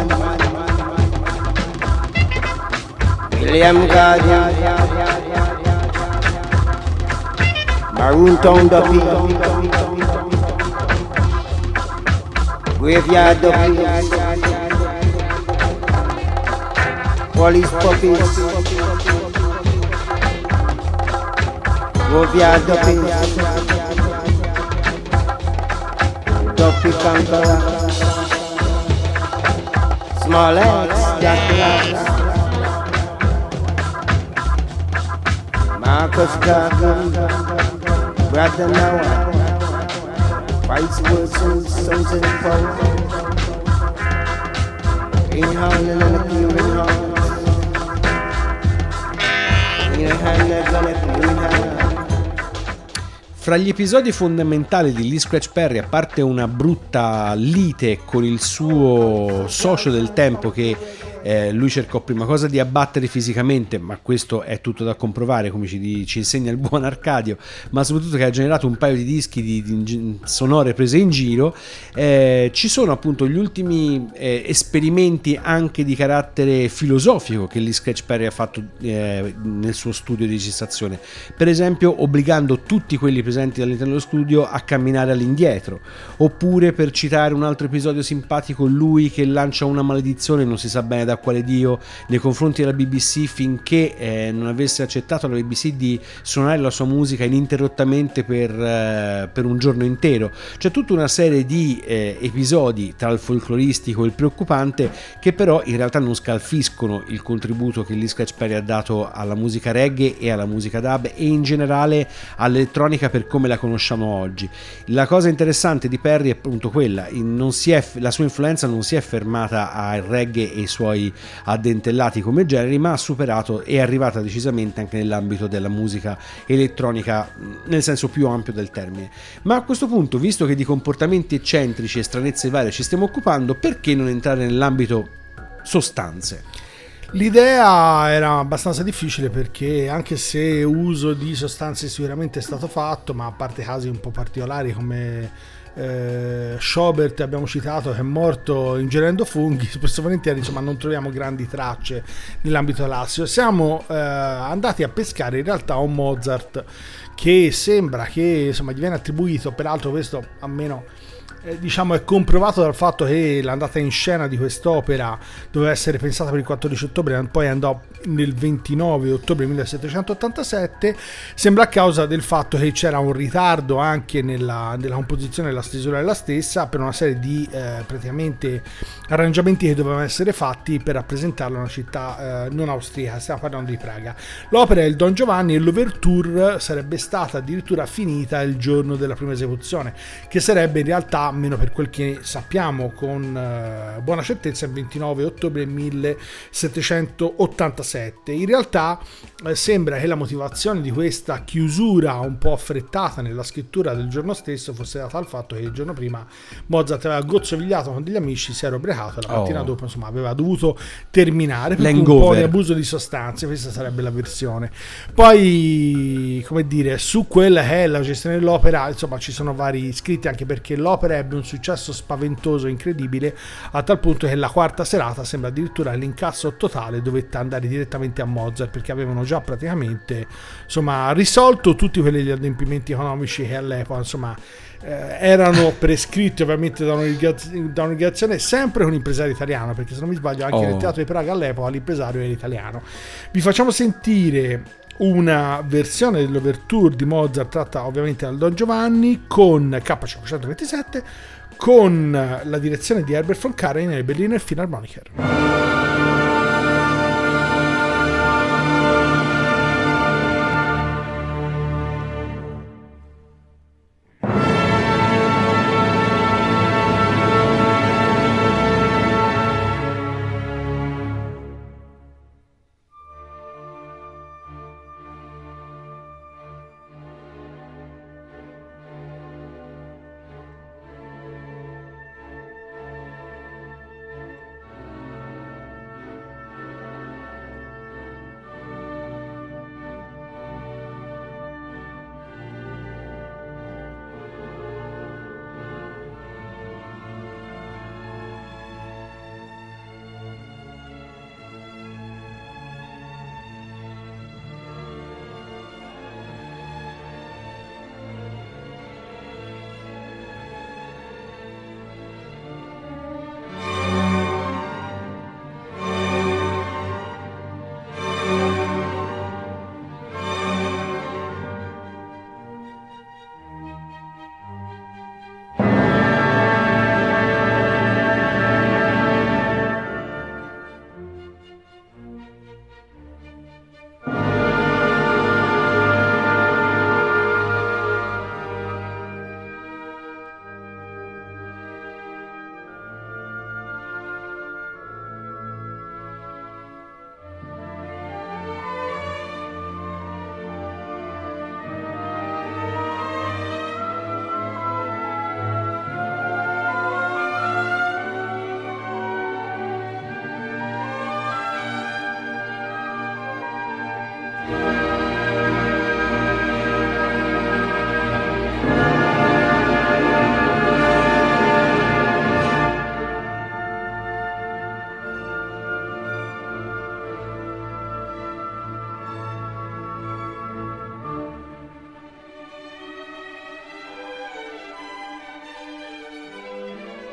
William Gardner, Maroon Town Duppy, Graveyard Duppy, Police Puppies, Go via Duppy, Duppy Conqueror, Small X, Jack Black, Marcus Gargan, Brother Noah, Vice Wilson, Susan Foe, in Holland and the Cuban Heart, in hand they're gonna clean hand. Fra gli episodi fondamentali di Lee Scratch Perry, a parte una brutta lite con il suo socio del tempo che eh, lui cercò prima cosa di abbattere fisicamente, ma questo è tutto da comprovare, come ci, ci insegna il buon Arcadio, ma soprattutto che ha generato un paio di dischi di, di sonore prese in giro, eh, ci sono appunto gli ultimi eh, esperimenti anche di carattere filosofico che Lee Scratch Perry ha fatto eh, nel suo studio di registrazione, per esempio obbligando tutti quelli presenti all'interno dello studio a camminare all'indietro, oppure, per citare un altro episodio simpatico, lui che lancia una maledizione, non si sa bene da quale dio, nei confronti della B B C finché eh, non avesse accettato la B B C di suonare la sua musica ininterrottamente per, eh, per un giorno intero. C'è tutta una serie di eh, episodi tra il folcloristico e il preoccupante che però in realtà non scalfiscono il contributo che Lee Scratch Perry ha dato alla musica reggae e alla musica dub e in generale all'elettronica per come la conosciamo oggi. La cosa interessante di Perry è appunto quella, non si è, la sua influenza non si è fermata al reggae e i suoi addentellati come generi, ma ha superato e è arrivata decisamente anche nell'ambito della musica elettronica nel senso più ampio del termine. Ma a questo punto, visto che di comportamenti eccentrici e stranezze varie ci stiamo occupando, perché non entrare nell'ambito sostanze? L'idea era abbastanza difficile perché, anche se uso di sostanze sicuramente è stato fatto, ma a parte casi un po' particolari come eh, Schobert abbiamo citato, che è morto ingerendo funghi, spesso e volentieri insomma non troviamo grandi tracce nell'ambito classico. Siamo eh, andati a pescare in realtà un Mozart che sembra che insomma gli viene attribuito, peraltro questo almeno Eh, diciamo è comprovato dal fatto che l'andata in scena di quest'opera doveva essere pensata per il quattordici ottobre, poi andò nel ventinove ottobre millesettecentottantasette, sembra a causa del fatto che c'era un ritardo anche nella, nella composizione e la stesura della stessa per una serie di eh, praticamente arrangiamenti che dovevano essere fatti per rappresentarla una città eh, non austriaca, stiamo parlando di Praga. L'opera è il Don Giovanni e l'ouverture sarebbe stata addirittura finita il giorno della prima esecuzione, che sarebbe in realtà, almeno per quel che sappiamo con uh, buona certezza, il ventinove ottobre millesettecentottantasette. In realtà eh, sembra che la motivazione di questa chiusura un po' affrettata nella scrittura del giorno stesso fosse data al fatto che il giorno prima Mozart aveva gozzovigliato con degli amici, si era ubriacato, la mattina oh. dopo insomma aveva dovuto terminare per un po' di abuso di sostanze, questa sarebbe la versione. Poi, come dire, su quella che è la gestione dell'opera insomma ci sono vari scritti, anche perché l'opera ebbe un successo spaventoso, incredibile, a tal punto che la quarta serata sembra addirittura l'incasso totale dovette andare direttamente a Mozart, perché avevano già praticamente insomma risolto tutti quegli adempimenti economici che all'epoca insomma eh, erano prescritti ovviamente da un'organizzazione sempre con un impresario italiano, perché se non mi sbaglio anche oh. nel teatro di Praga all'epoca l'impresario era italiano. Vi facciamo sentire una versione dell'ouverture di Mozart tratta ovviamente dal Don Giovanni con K cinquecentoventisette, con la direzione di Herbert von Karajan e Berliner Philharmoniker.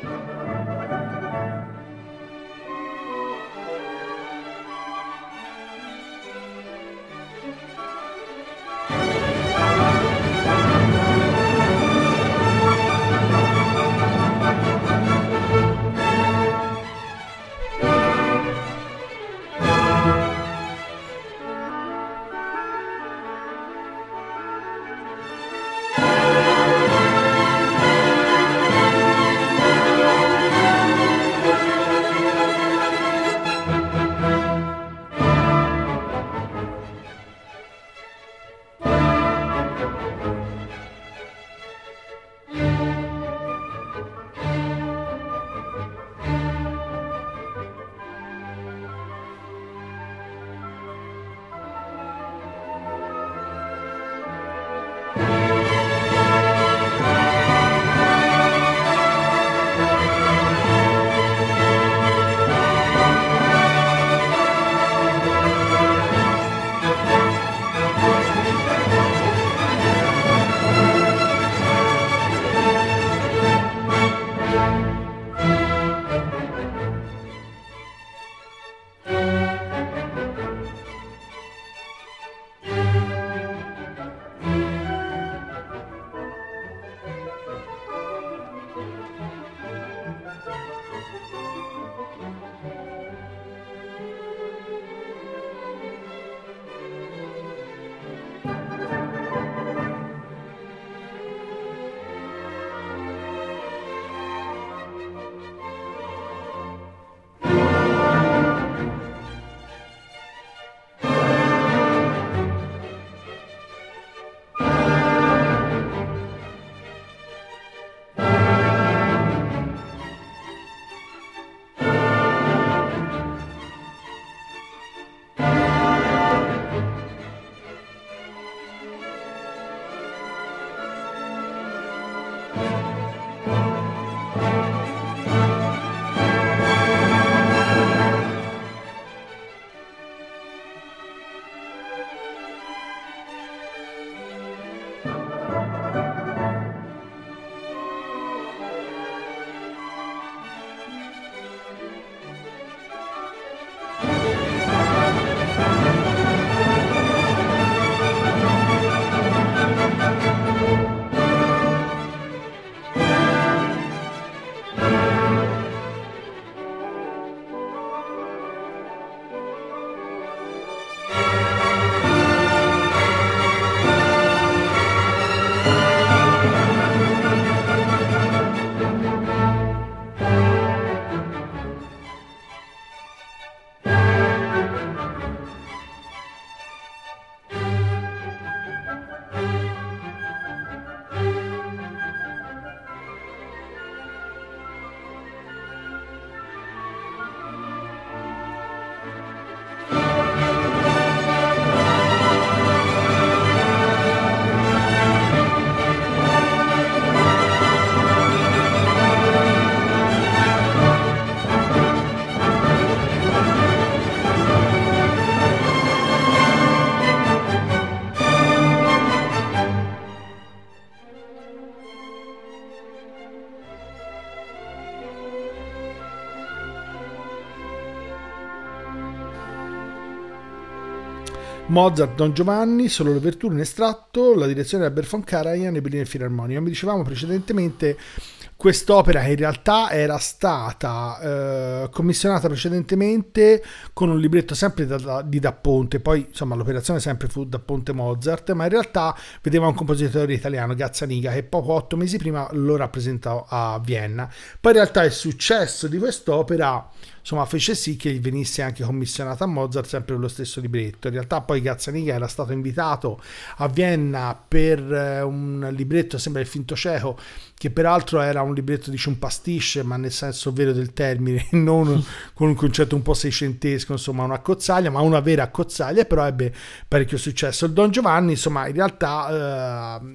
Mozart, Don Giovanni, solo l'ouverture in estratto, la direzione da Bert von Karajan e Berliner Philharmonia. Come dicevamo precedentemente, quest'opera che in realtà era stata eh, commissionata precedentemente con un libretto sempre da, da, di Da Ponte, poi insomma l'operazione sempre fu Da Ponte Mozart, ma in realtà vedeva un compositore italiano, Gazzaniga, che poco otto mesi prima lo rappresentò a Vienna. Poi in realtà il successo di quest'opera insomma fece sì che venisse anche commissionata a Mozart sempre con lo stesso libretto. In realtà poi Gazzaniga era stato invitato a Vienna per un libretto, sembra il Finto cieco, che peraltro era un libretto, dice, un pastiche, ma nel senso vero del termine, non con un concetto un po' seicentesco, insomma una cozzaglia, ma una vera cozzaglia, però ebbe parecchio successo. Il Don Giovanni, insomma, in realtà eh,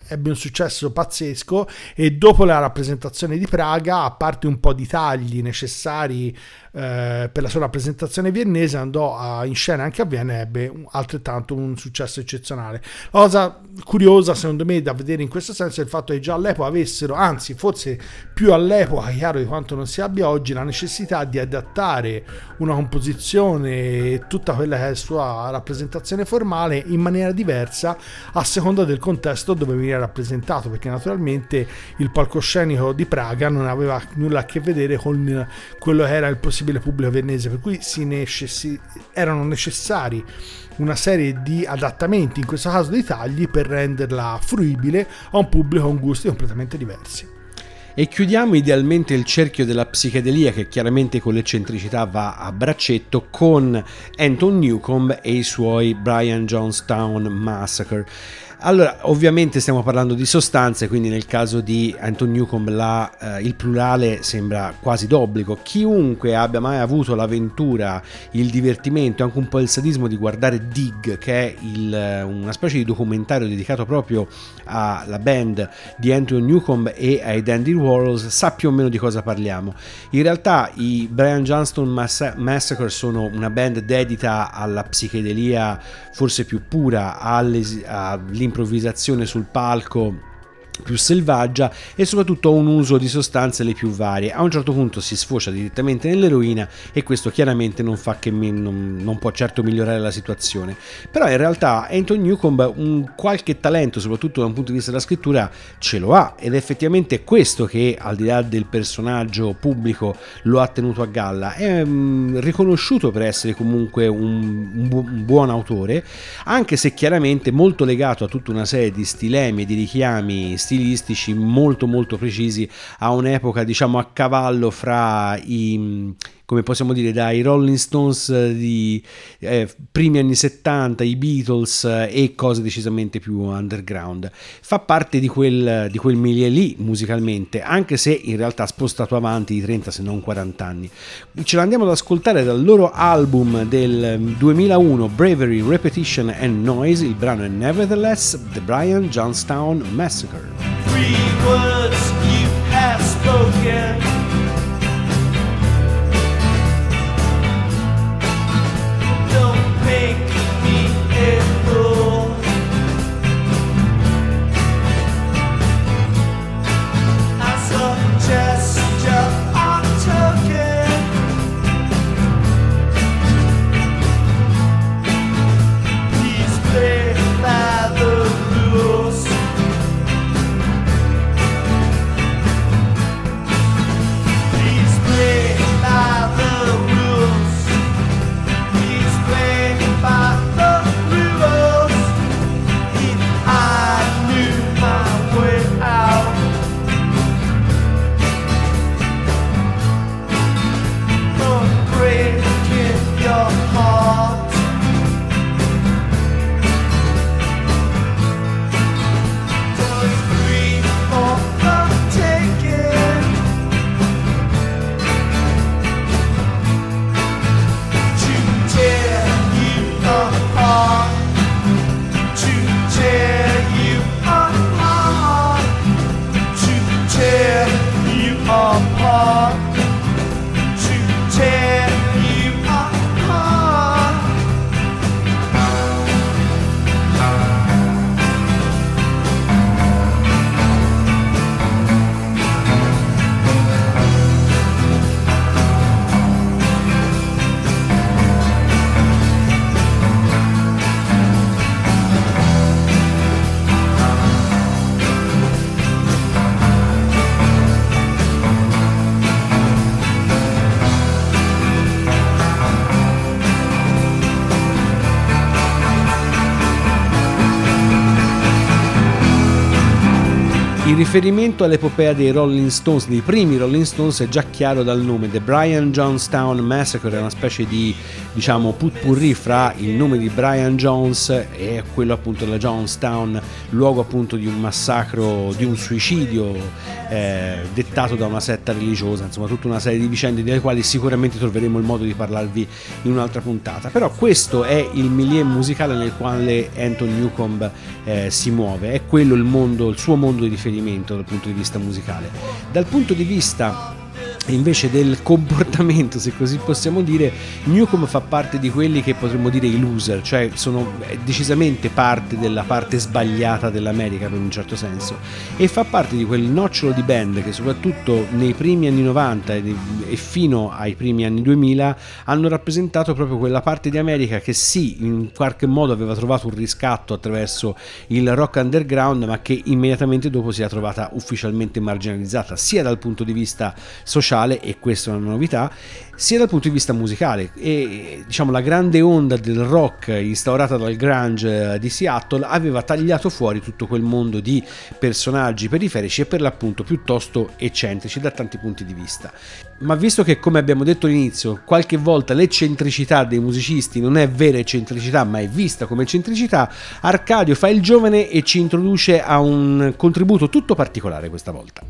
ebbe un successo pazzesco, e dopo la rappresentazione di Praga, a parte un po' di tagli necessari eh, per la sua rappresentazione viennese, andò a, in scena anche a Vienna e ebbe un, altrettanto un successo eccezionale. La cosa curiosa secondo me da vedere in questo senso è il fatto che già all'epoca avessero, anzi forse più all'epoca, chiaro di quanto non si abbia oggi, la necessità di adattare una composizione e tutta quella che è la sua rappresentazione formale in maniera diversa a seconda del contesto dove veniva rappresentato, perché naturalmente il palcoscenico di Praga non aveva nulla a che vedere con quello che era il possibile pubblico viennese, per cui si necessi- erano necessari una serie di adattamenti, in questo caso dei tagli, per renderla fruibile a un pubblico con gusti completamente diversi. E chiudiamo idealmente il cerchio della psichedelia, che chiaramente con l'eccentricità va a braccetto, con Anton Newcombe e i suoi Brian Jonestown Massacre. Allora, ovviamente stiamo parlando di sostanze, quindi nel caso di Anton Newcombe la, eh, il plurale sembra quasi d'obbligo. Chiunque abbia mai avuto l'avventura, il divertimento e anche un po' il sadismo di guardare Dig, che è il, una specie di documentario dedicato proprio alla band di Anton Newcombe e ai Dandy Warhols, sa più o meno di cosa parliamo. In realtà i Brian Jonestown Mass- Massacre sono una band dedita alla psichedelia forse più pura, all'improvvisazione sul palco più selvaggia e soprattutto un uso di sostanze le più varie. A un certo punto si sfocia direttamente nell'eroina e questo chiaramente non fa che mi, non, non può certo migliorare la situazione. Però in realtà Anton Newcombe un qualche talento, soprattutto da un punto di vista della scrittura, ce lo ha, ed è effettivamente questo che, al di là del personaggio pubblico, lo ha tenuto a galla. È um, riconosciuto per essere comunque un, un, bu- un buon autore, anche se chiaramente molto legato a tutta una serie di stilemi e di richiami stilistici molto molto precisi a un'epoca, diciamo, a cavallo fra i, come possiamo dire, dai Rolling Stones di eh, primi anni settanta, i Beatles eh, e cose decisamente più underground. Fa parte di quel, di quel milieu lì musicalmente, anche se in realtà spostato avanti di trenta se non quaranta anni. Ce l'andiamo ad ascoltare dal loro album del duemilauno, Bravery, Repetition and Noise. Il brano è Nevertheless, The Brian Jonestown Massacre. Three words you have spoken, don't make me a fool. As a gesture or token, please play by the rules. riferimento all'epopea dei Rolling Stones, dei primi Rolling Stones, è già chiaro dal nome. The Brian Jonestown Massacre è una specie di, diciamo, putpurri fra il nome di Brian Jones e quello appunto della Jonestown, luogo appunto di un massacro, di un suicidio eh, dettato da una setta religiosa, insomma tutta una serie di vicende delle quali sicuramente troveremo il modo di parlarvi in un'altra puntata. Però questo è il milieu musicale nel quale Anton Newcombe eh, si muove, è quello il mondo, il suo mondo di riferimento dal punto di vista musicale. Dal punto di vista invece del comportamento, se così possiamo dire, Newcombe fa parte di quelli che potremmo dire i loser, cioè sono decisamente parte della parte sbagliata dell'America per un certo senso, e fa parte di quel nocciolo di band che soprattutto nei primi anni novanta e fino ai primi anni duemila hanno rappresentato proprio quella parte di America che sì, in qualche modo aveva trovato un riscatto attraverso il rock underground, ma che immediatamente dopo si è trovata ufficialmente marginalizzata sia dal punto di vista sociale, e questa è una novità, sia dal punto di vista musicale. E diciamo la grande onda del rock instaurata dal grunge di Seattle aveva tagliato fuori tutto quel mondo di personaggi periferici e per l'appunto piuttosto eccentrici da tanti punti di vista. Ma visto che, come abbiamo detto all'inizio, qualche volta l'eccentricità dei musicisti non è vera eccentricità ma è vista come eccentricità, Arcadio fa il giovane e ci introduce a un contributo tutto particolare questa volta.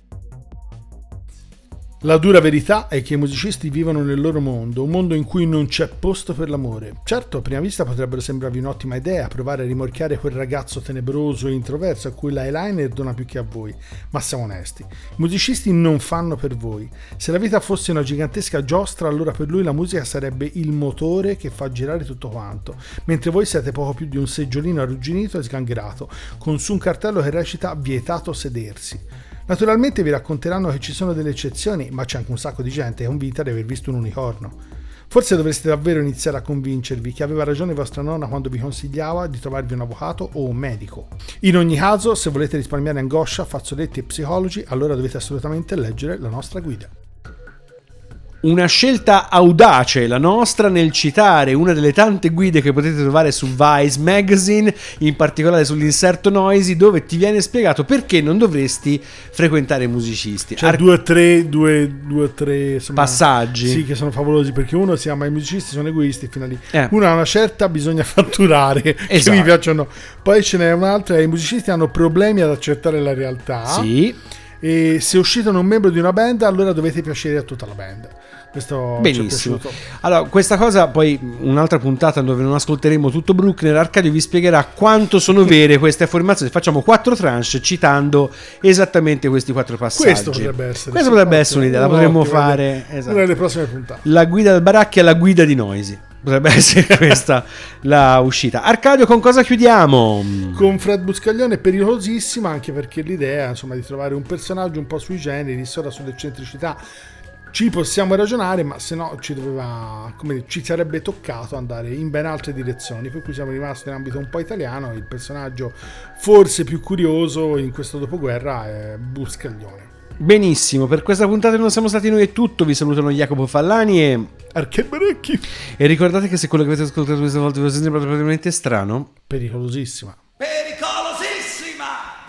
La dura verità è che i musicisti vivono nel loro mondo, un mondo in cui non c'è posto per l'amore. Certo, a prima vista potrebbero sembrarvi un'ottima idea provare a rimorchiare quel ragazzo tenebroso e introverso a cui l'eyeliner dona più che a voi, ma siamo onesti, i musicisti non fanno per voi. Se la vita fosse una gigantesca giostra, allora per lui la musica sarebbe il motore che fa girare tutto quanto, mentre voi siete poco più di un seggiolino arrugginito e sgangherato, con su un cartello che recita vietato sedersi. Naturalmente vi racconteranno che ci sono delle eccezioni, ma c'è anche un sacco di gente convinta di aver visto un unicorno. Forse dovreste davvero iniziare a convincervi che aveva ragione vostra nonna quando vi consigliava di trovarvi un avvocato o un medico. In ogni caso, se volete risparmiare angoscia, fazzoletti e psicologi, allora dovete assolutamente leggere la nostra guida. Una scelta audace la nostra nel citare una delle tante guide che potete trovare su Vice Magazine, in particolare sull'inserto Noisy, dove ti viene spiegato perché non dovresti frequentare musicisti. C'è Ar- due o tre, due, due o tre insomma, passaggi sì, che sono favolosi, perché uno si chiama i musicisti sono egoisti fino a lì. Eh. Una ha una certa, bisogna fatturare, esatto. Che mi piacciono. Poi ce n'è un'altra, i musicisti hanno problemi ad accettare la realtà. Sì. E se uscite un membro di una band, allora dovete piacere a tutta la band. Questo benissimo. Allora, questa cosa poi un'altra puntata dove non ascolteremo tutto Bruckner, Arcadio vi spiegherà quanto sono vere queste affermazioni. Facciamo quattro tranche citando esattamente questi quattro passaggi. Questo potrebbe essere, Questa sì, potrebbe essere un'idea, la potremmo ottimo, fare esatto. Una delle prossime puntate. La guida del Baracchi alla guida di Noisy. Potrebbe essere questa la uscita. Arcadio, con cosa chiudiamo? Con Fred Buscaglione, pericolosissima, anche perché l'idea, insomma, di trovare un personaggio un po' sui generis, ora sull'eccentricità ci possiamo ragionare, ma se no ci doveva, come dire, ci sarebbe toccato andare in ben altre direzioni, per cui siamo rimasti in ambito un po' italiano. Il personaggio forse più curioso in questo dopoguerra è Buscaglione. Benissimo, per questa puntata non siamo stati noi, è tutto. Vi salutano Jacopo Fallani e Arcade Baracchi. E ricordate che se quello che avete ascoltato questa volta vi sembra praticamente strano, pericolosissima. Pericolosissima.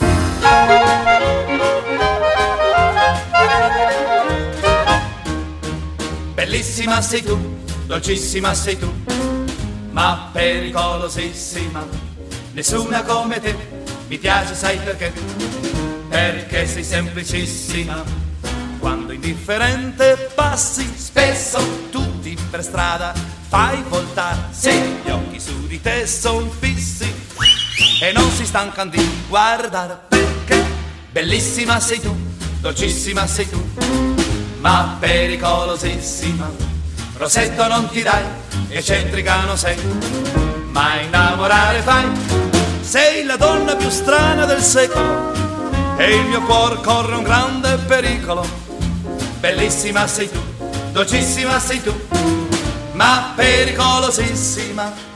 Bellissima sei tu, dolcissima sei tu, ma pericolosissima. Nessuna come te, mi piace sai perché? Perché sei semplicissima. Quando indifferente passi, spesso tutti per strada fai voltare. Se gli occhi su di te son fissi e non si stancano di guardare. Perché bellissima sei tu, dolcissima sei tu, ma pericolosissima. Rosetto non ti dai, eccentrica non sei, ma innamorare fai. Sei la donna più strana del secolo e il mio cuore corre un grande pericolo. Bellissima sei tu, dolcissima sei tu, ma pericolosissima.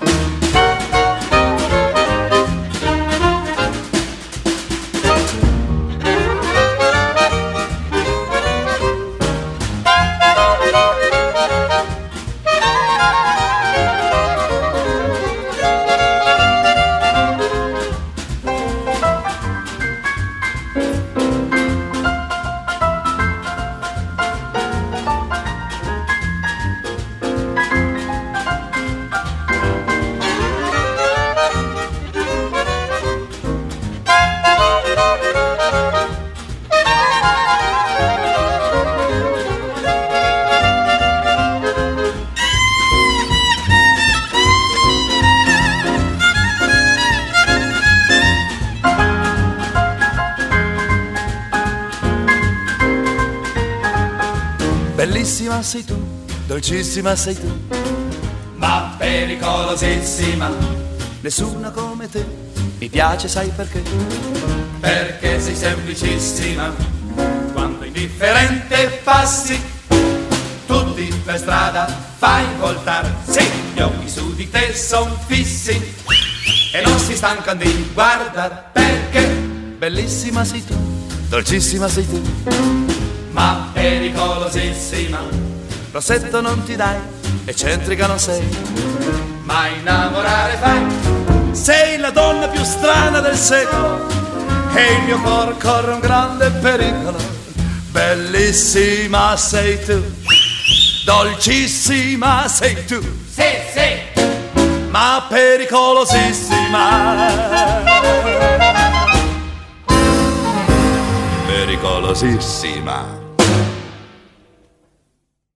bellissima sei tu, dolcissima sei tu, ma pericolosissima, nessuna come te, mi piace sai perché? Perché sei semplicissima, quando indifferente passi, tutti per strada fai voltar, sì, gli occhi su di te son fissi e non si stancano di guardar, perché bellissima sei tu, dolcissima sei tu, ma pericolosissima, rossetto non ti dai, eccentrica non sei, ma innamorare fai, sei la donna più strana del secolo e il mio cuore corre un grande pericolo, bellissima sei tu, dolcissima sei tu, sì, sì, ma pericolosissima, pericolosissima.